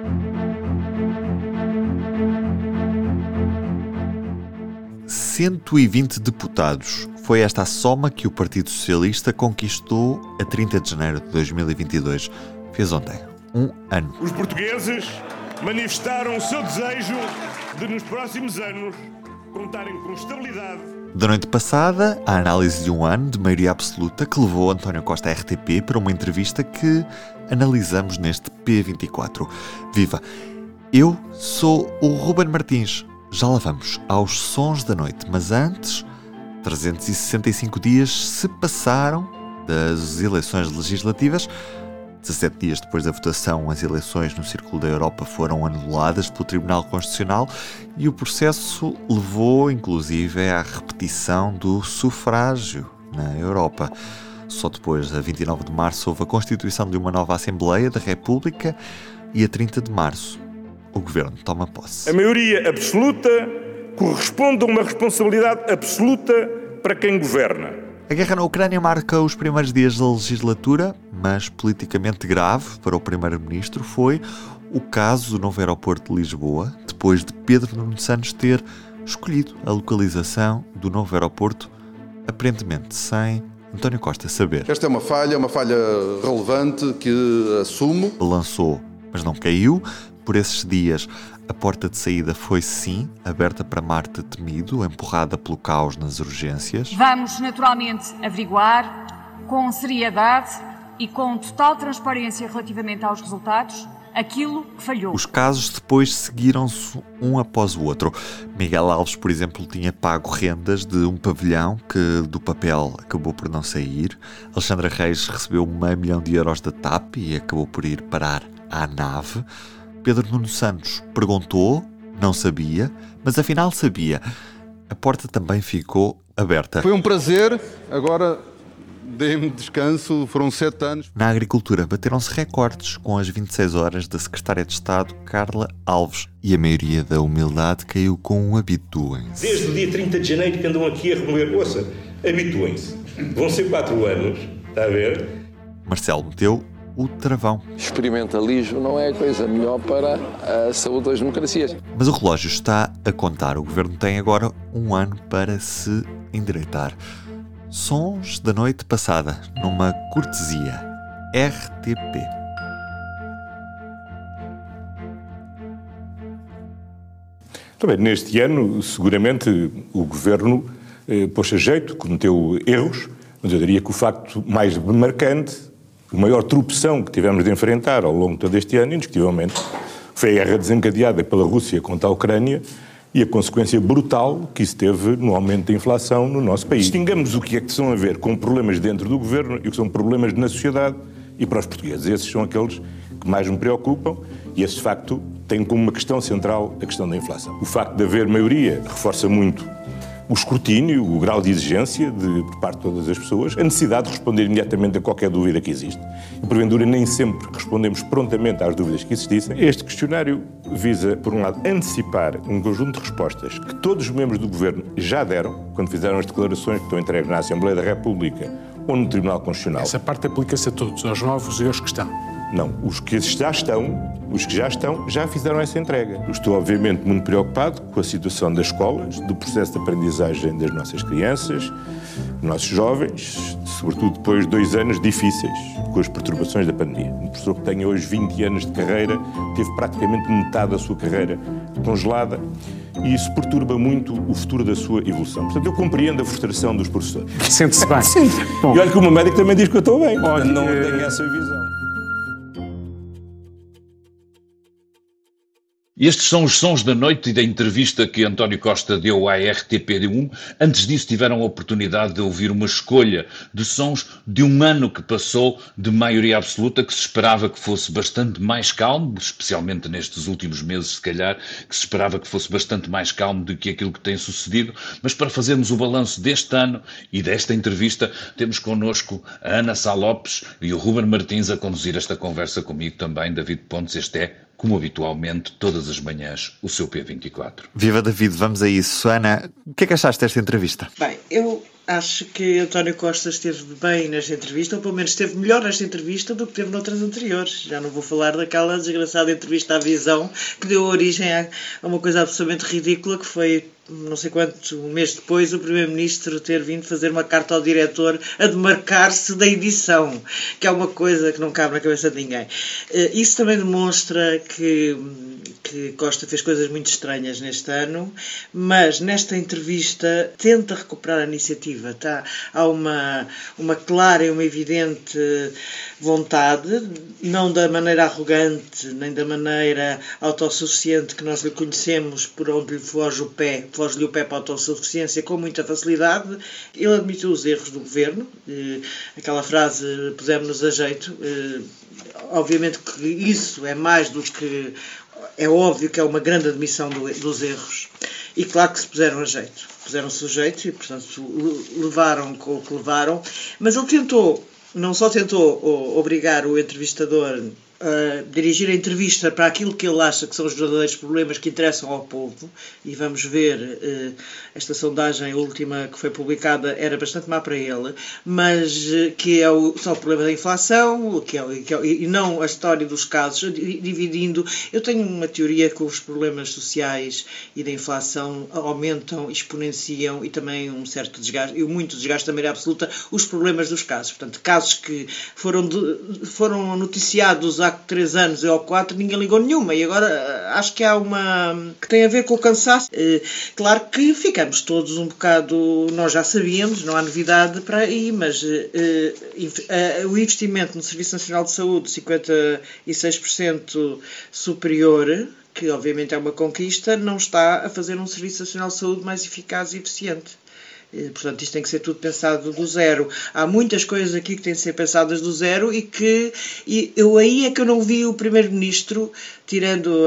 ...120 deputados. Foi esta a soma que o Partido Socialista conquistou a 30 de janeiro de 2022. Fez ontem um ano. Os portugueses manifestaram o seu desejo de, nos próximos anos, contarem com estabilidade. Da noite passada, a análise de um ano de maioria absoluta que levou António Costa à RTP para uma entrevista que analisamos neste P24. Viva! Eu sou o Ruben Martins. Já lá vamos aos sons da noite, mas antes, 365 dias se passaram das eleições legislativas. 17 dias depois da votação, as eleições no Círculo da Europa foram anuladas pelo Tribunal Constitucional e o processo levou, inclusive, à repetição do sufrágio na Europa. Só depois, a 29 de março, houve a constituição de uma nova Assembleia da República e a 30 de março, o Governo toma posse. A maioria absoluta corresponde a uma responsabilidade absoluta para quem governa. A guerra na Ucrânia marca os primeiros dias da legislatura, mas politicamente grave para o Primeiro-Ministro foi o caso do novo aeroporto de Lisboa, depois de Pedro Nuno Santos ter escolhido a localização do novo aeroporto, aparentemente sem António Costa saber. Esta é uma falha relevante que assumo. Lançou, mas não caiu. Por esses dias, a porta de saída foi sim aberta para Marta Temido, empurrada pelo caos nas urgências. Vamos naturalmente averiguar com seriedade e com total transparência relativamente aos resultados aquilo que falhou. Os casos depois seguiram-se um após o outro. Miguel Alves, por exemplo, tinha pago rendas de um pavilhão que do papel acabou por não sair. Alexandra Reis recebeu €500 mil da TAP e acabou por ir parar à nave. Pedro Nuno Santos perguntou, não sabia, mas afinal sabia. A porta também ficou aberta. Foi um prazer, agora dei-me descanso, foram 7 anos. Na agricultura bateram-se recordes com as 26 horas da Secretária de Estado, Carla Alves. E a maioria da humildade caiu com um habituem-se. Desde o dia 30 de janeiro que andam aqui a remover. Ouça, habituem-se. Vão ser 4 anos, está a ver? Marcelo meteu o travão. Experimentalismo não é a coisa melhor para a saúde das democracias. Mas o relógio está a contar. O Governo tem agora um ano para se endireitar. Sons da noite passada, numa cortesia. RTP. Também neste ano, seguramente, o Governo pôs a jeito, cometeu erros, mas eu diria que o facto mais marcante, a maior tropeção que tivemos de enfrentar ao longo de todo este ano, indiscutivelmente, foi a guerra desencadeada pela Rússia contra a Ucrânia e a consequência brutal que isso teve no aumento da inflação no nosso país. Distingamos o que é que são a ver com problemas dentro do Governo e o que são problemas na sociedade e para os portugueses. Esses são aqueles que mais me preocupam e esse facto tem como uma questão central a questão da inflação. O facto de haver maioria reforça muito o escrutínio, o grau de exigência por parte de todas as pessoas, a necessidade de responder imediatamente a qualquer dúvida que existe. E, porventura, nem sempre respondemos prontamente às dúvidas que existissem. Este questionário visa, por um lado, antecipar um conjunto de respostas que todos os membros do Governo já deram, quando fizeram as declarações que estão entregues na Assembleia da República ou no Tribunal Constitucional. Essa parte aplica-se a todos, aos novos e aos que estão. Não, os que já estão, já fizeram essa entrega. Eu estou, obviamente, muito preocupado com a situação das escolas, do processo de aprendizagem das nossas crianças, dos nossos jovens, sobretudo depois de 2 anos difíceis, com as perturbações da pandemia. Um professor que tenha hoje 20 anos de carreira, teve praticamente metade da sua carreira congelada, e isso perturba muito o futuro da sua evolução. Portanto, eu compreendo a frustração dos professores. Sente-se bem. E olha que o meu médico também diz que eu estou bem. Olha, não tenho essa visão. Estes são os sons da noite e da entrevista que António Costa deu à RTP1. Antes disso tiveram a oportunidade de ouvir uma escolha de sons de um ano que passou de maioria absoluta, que se esperava que fosse bastante mais calmo, especialmente nestes últimos meses, se calhar, que se esperava que fosse bastante mais calmo do que aquilo que tem sucedido. Mas para fazermos o balanço deste ano e desta entrevista, temos connosco a Ana Sá Lopes e o Ruben Martins a conduzir esta conversa comigo também, David Pontes. Este é, como habitualmente, todas as manhãs, o seu P24. Viva David, vamos a isso. Ana, o que é que achaste desta entrevista? Bem, eu Acho que António Costa esteve bem nesta entrevista, ou pelo menos esteve melhor nesta entrevista do que teve noutras anteriores. Já não vou falar daquela desgraçada entrevista à Visão que deu origem a uma coisa absolutamente ridícula, que foi, não sei quanto, um mês depois, o Primeiro-Ministro ter vindo fazer uma carta ao diretor a demarcar-se da edição, que é uma coisa que não cabe na cabeça de ninguém. Isso também demonstra que Costa fez coisas muito estranhas neste ano, mas nesta entrevista tenta recuperar a iniciativa. Há uma clara e uma evidente vontade, não da maneira arrogante, nem da maneira autossuficiente que nós lhe conhecemos, por onde lhe foge-lhe o pé para a autossuficiência com muita facilidade. Ele admitiu os erros do governo, aquela frase pusemos-nos a jeito, obviamente que isso é mais do que... É óbvio que é uma grande admissão dos erros. E claro que se puseram a jeito. Puseram-se a jeito e, portanto, levaram com o que levaram. Mas ele não só tentou obrigar o entrevistador a dirigir a entrevista para aquilo que ele acha que são os verdadeiros problemas que interessam ao povo, e vamos ver, esta sondagem última que foi publicada era bastante má para ele, mas que é só o problema da inflação, e não a história dos casos, dividindo. Eu tenho uma teoria que os problemas sociais e da inflação aumentam, exponenciam, e também um certo desgaste, e muito desgaste da maneira absoluta, os problemas dos casos. Portanto, casos que foram noticiados há 3 anos ou 4, ninguém ligou nenhuma, e agora acho que há uma que tem a ver com o cansaço. Claro que ficamos todos um bocado, nós já sabíamos, não há novidade para aí, mas o investimento no Serviço Nacional de Saúde, 56% superior, que obviamente é uma conquista, não está a fazer um Serviço Nacional de Saúde mais eficaz e eficiente. Portanto, isto tem que ser tudo pensado do zero. Há muitas coisas aqui que têm de ser pensadas do zero e aí é que eu não vi o Primeiro-Ministro tirando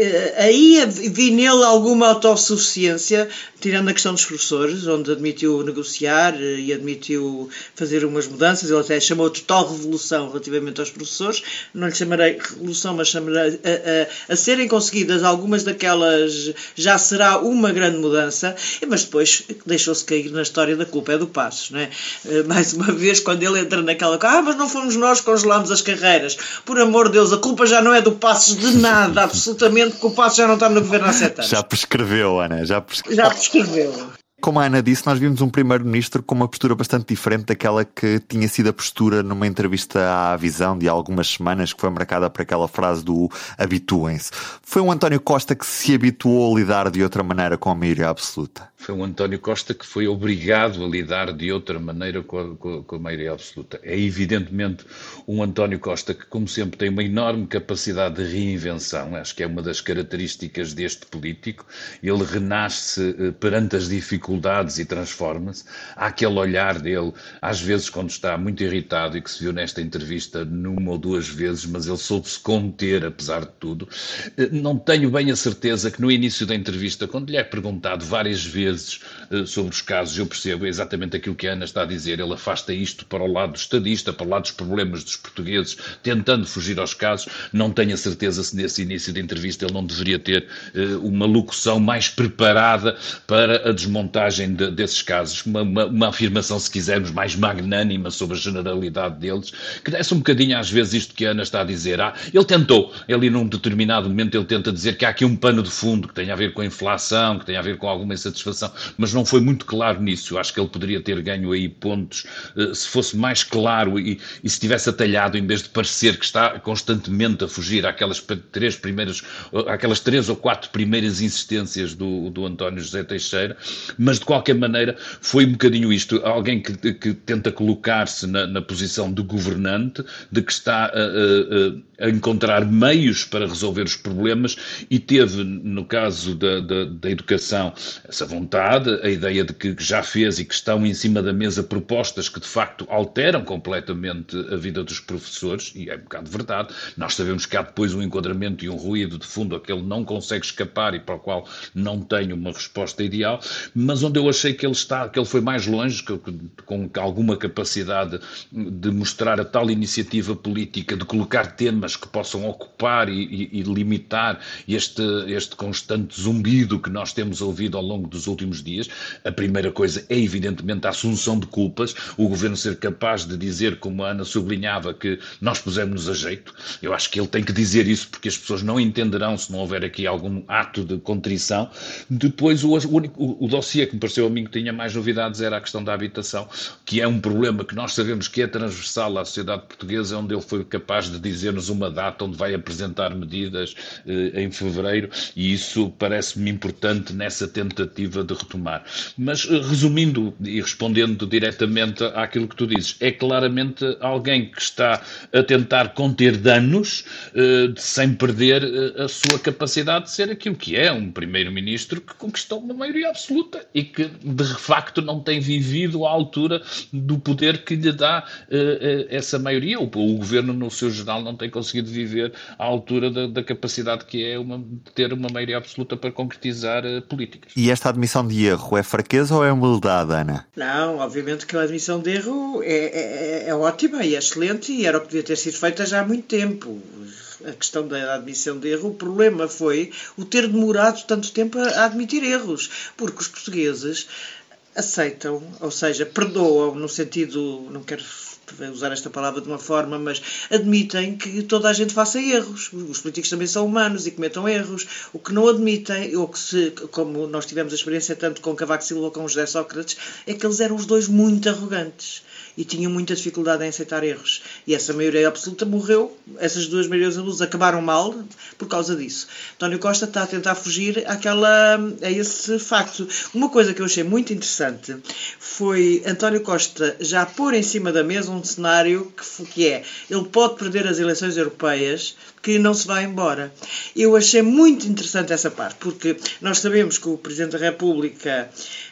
aí vi nele alguma autossuficiência, tirando a questão dos professores, onde admitiu negociar e admitiu fazer umas mudanças. Ele até chamou de total revolução relativamente aos professores. Não lhe chamarei revolução, mas chamarei a serem conseguidas algumas daquelas, já será uma grande mudança, mas depois deixou-se cair na história da culpa é do Passos, não é? Mais uma vez, quando ele entra naquela coisa, mas não fomos nós que congelámos as carreiras. Por amor de Deus, a culpa já não é do Passos de nada, absolutamente, porque o Passos já não está no governo há 7 anos. Já prescreveu, Ana, já prescreveu. Como a Ana disse, nós vimos um Primeiro-Ministro com uma postura bastante diferente daquela que tinha sido a postura numa entrevista à Visão de algumas semanas, que foi marcada por aquela frase do habituem-se. Foi um António Costa que se habituou a lidar de outra maneira com a maioria absoluta? Foi um António Costa que foi obrigado a lidar de outra maneira com a maioria absoluta. É evidentemente um António Costa que, como sempre, tem uma enorme capacidade de reinvenção. Acho que é uma das características deste político. Ele renasce perante as dificuldades e transforma-se. Há aquele olhar dele, às vezes quando está muito irritado, e que se viu nesta entrevista numa ou 2 vezes, mas ele soube-se conter apesar de tudo. Não tenho bem a certeza que no início da entrevista, quando lhe é perguntado várias vezes sobre os casos, eu percebo exatamente aquilo que a Ana está a dizer. Ele afasta isto para o lado do estadista, para o lado dos problemas dos portugueses, tentando fugir aos casos. Não tenho a certeza se nesse início da entrevista ele não deveria ter uma locução mais preparada para a desmontagem desses casos, uma afirmação, se quisermos, mais magnânima sobre a generalidade deles, que desse um bocadinho às vezes isto que a Ana está a dizer. Ele tentou, ali num determinado momento ele tenta dizer que há aqui um pano de fundo que tem a ver com a inflação, que tem a ver com alguma insatisfação, mas não foi muito claro nisso. Eu acho que ele poderia ter ganho aí pontos se fosse mais claro e se tivesse atalhado, em vez de parecer que está constantemente a fugir àquelas 3 ou 4 primeiras insistências do António José Teixeira. Mas de qualquer maneira foi um bocadinho isto, alguém que tenta colocar-se na posição de governante, de que está a encontrar meios para resolver os problemas, e teve, no caso da educação, essa vontade, a ideia de que já fez e que estão em cima da mesa propostas que de facto alteram completamente a vida dos professores, e é um bocado verdade. Nós sabemos que há depois um enquadramento e um ruído de fundo a que ele não consegue escapar e para o qual não tem uma resposta ideal, mas mas onde eu achei que ele foi mais longe, com alguma capacidade de mostrar a tal iniciativa política, de colocar temas que possam ocupar e limitar este constante zumbido que nós temos ouvido ao longo dos últimos dias. A primeira coisa é, evidentemente, a assunção de culpas, o Governo ser capaz de dizer, como a Ana sublinhava, que nós pusemos-nos a jeito. Eu acho que ele tem que dizer isso, porque as pessoas não entenderão se não houver aqui algum ato de contrição. Depois, o dossiê que me pareceu a mim que tinha mais novidades era a questão da habitação, que é um problema que nós sabemos que é transversal à sociedade portuguesa, onde ele foi capaz de dizer-nos uma data onde vai apresentar medidas em fevereiro, e isso parece-me importante nessa tentativa de retomar. Mas, resumindo e respondendo diretamente àquilo que tu dizes, é claramente alguém que está a tentar conter danos sem perder a sua capacidade de ser aquilo que é um primeiro-ministro que conquistou uma maioria absoluta e que, de facto, não tem vivido à altura do poder que lhe dá essa maioria. O governo, no seu geral, não tem conseguido viver à altura da capacidade que é de ter uma maioria absoluta para concretizar políticas. E esta admissão de erro é fraqueza ou é humildade, Ana? Não, obviamente que a admissão de erro é ótima e é excelente e era o que devia ter sido feita já há muito tempo. A questão da admissão de erro, o problema foi o ter demorado tanto tempo a admitir erros, porque os portugueses aceitam, ou seja, perdoam no sentido, não quero usar esta palavra de uma forma, mas admitem que toda a gente faça erros. Os políticos também são humanos e cometam erros. O que não admitem, ou que como nós tivemos a experiência tanto com Cavaco Silva como com José Sócrates, é que eles eram os dois muito arrogantes e tinham muita dificuldade em aceitar erros. E essa maioria absoluta morreu, essas duas maiorias absolutas acabaram mal por causa disso. António Costa está a tentar fugir a esse facto. Uma coisa que eu achei muito interessante foi António Costa já pôr em cima da mesa um cenário que é, ele pode perder as eleições europeias, que não se vai embora. Eu achei muito interessante essa parte, porque nós sabemos que o Presidente da República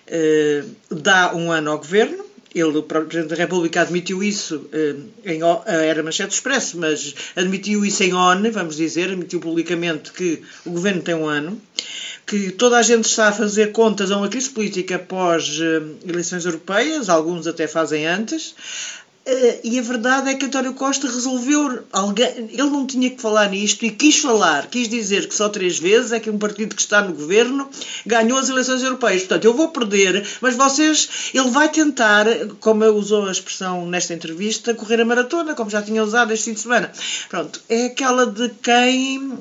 dá um ano ao Governo. O Presidente da República admitiu isso, era manchete do Expresso, mas admitiu isso em ON, vamos dizer, admitiu publicamente que o Governo tem um ano, que toda a gente está a fazer contas a uma crise política após eleições europeias, alguns até fazem antes. E a verdade é que António Costa resolveu, ele não tinha que falar nisto e quis dizer que só 3 vezes é que um partido que está no governo ganhou as eleições europeias. Portanto, eu vou perder, mas ele vai tentar, como usou a expressão nesta entrevista, correr a maratona, como já tinha usado este fim de semana. Pronto, é aquela de quem...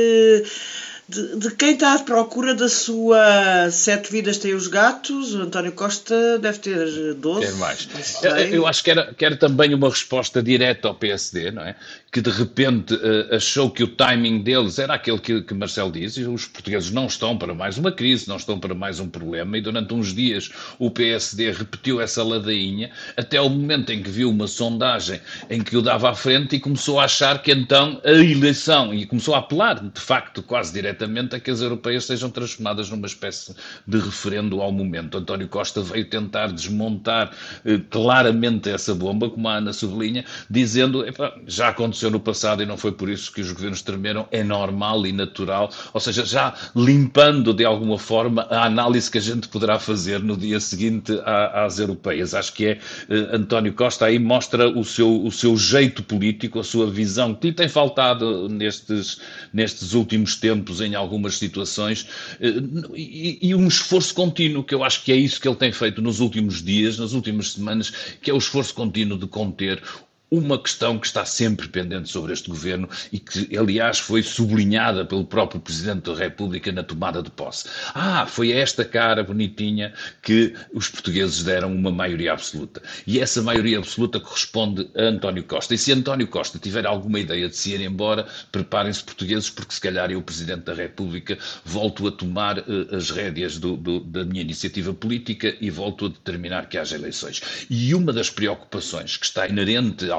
De quem está à procura da sua 7 vidas tem os gatos. O António Costa deve ter 12. Quer mais. Eu acho que era também uma resposta direta ao PSD, não é? Que de repente achou que o timing deles era aquele que Marcelo diz, e os portugueses não estão para mais uma crise, não estão para mais um problema, e durante uns dias o PSD repetiu essa ladainha, até o momento em que viu uma sondagem em que o dava à frente e começou a achar que então a eleição, e começou a apelar, de facto, quase diretamente, a que as europeias sejam transformadas numa espécie de referendo ao momento. António Costa veio tentar desmontar claramente essa bomba, como a Ana sublinha, dizendo, já aconteceu no passado e não foi por isso que os governos tremeram, é normal e natural, ou seja, já limpando de alguma forma a análise que a gente poderá fazer no dia seguinte às europeias. Acho que António Costa aí mostra o seu jeito político, a sua visão, que lhe tem faltado nestes últimos tempos em algumas situações, e um esforço contínuo, que eu acho que é isso que ele tem feito nos últimos dias, nas últimas semanas, que é o esforço contínuo de conter uma questão que está sempre pendente sobre este governo e que, aliás, foi sublinhada pelo próprio Presidente da República na tomada de posse. Foi a esta cara bonitinha que os portugueses deram uma maioria absoluta. E essa maioria absoluta corresponde a António Costa. E se António Costa tiver alguma ideia de se ir embora, preparem-se, portugueses, porque se calhar eu, Presidente da República, volto a tomar as rédeas da minha iniciativa política e volto a determinar que haja eleições. E uma das preocupações que está inerente ao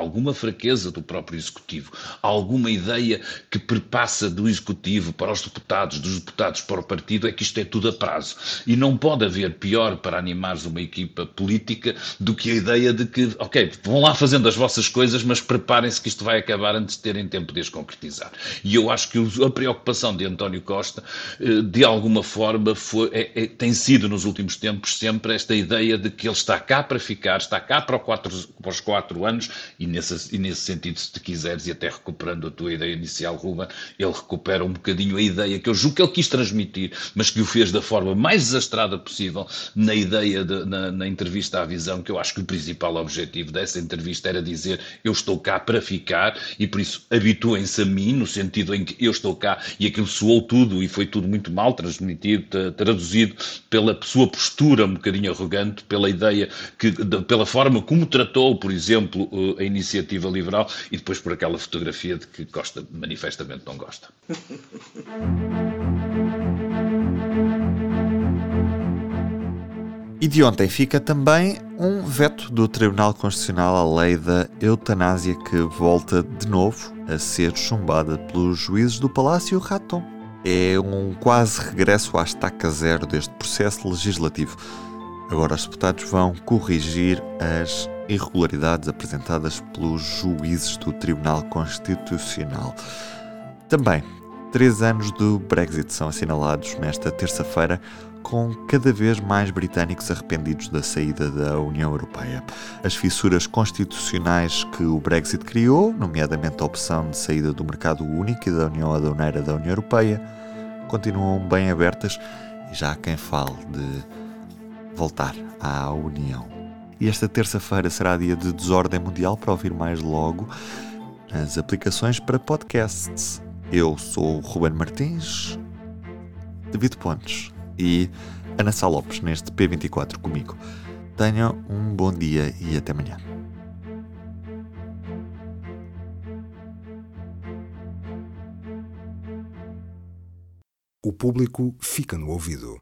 alguma fraqueza do próprio Executivo, alguma ideia que perpassa do Executivo para os deputados, dos deputados para o partido, é que isto é tudo a prazo. E não pode haver pior para animares uma equipa política do que a ideia de que, ok, vão lá fazendo as vossas coisas, mas preparem-se que isto vai acabar antes de terem tempo de as concretizar. E eu acho que a preocupação de António Costa, de alguma forma, tem sido nos últimos tempos sempre esta ideia de que ele está cá para ficar, está cá para os 4 anos, e nesse sentido, se te quiseres, e até recuperando a tua ideia inicial, Ruben, ele recupera um bocadinho a ideia que eu julgo que ele quis transmitir, mas que o fez da forma mais desastrada possível na ideia, na entrevista à Visão, que eu acho que o principal objetivo dessa entrevista era dizer: eu estou cá para ficar e por isso habituem-se a mim, no sentido em que eu estou cá, e aquilo soou tudo e foi tudo muito mal transmitido, traduzido pela sua postura um bocadinho arrogante, pela ideia, pela forma como tratou, por exemplo, a Iniciativa Liberal, e depois por aquela fotografia de que Costa manifestamente não gosta. E de ontem fica também um veto do Tribunal Constitucional à lei da eutanásia, que volta de novo a ser chumbada pelos juízes do Palácio Raton. É um quase regresso à estaca zero deste processo legislativo. Agora os deputados vão corrigir as irregularidades apresentadas pelos juízes do Tribunal Constitucional. Também, 3 anos do Brexit são assinalados nesta terça-feira, com cada vez mais britânicos arrependidos da saída da União Europeia. As fissuras constitucionais que o Brexit criou, nomeadamente a opção de saída do mercado único e da União Aduaneira da União Europeia, continuam bem abertas e já há quem fale de voltar à União. E esta terça-feira será dia de desordem mundial, para ouvir mais logo nas aplicações para podcasts. Eu sou o Ruben Martins, David Pontes e Ana Sá Lopes neste P24 comigo. Tenham um bom dia e até amanhã. O público fica no ouvido.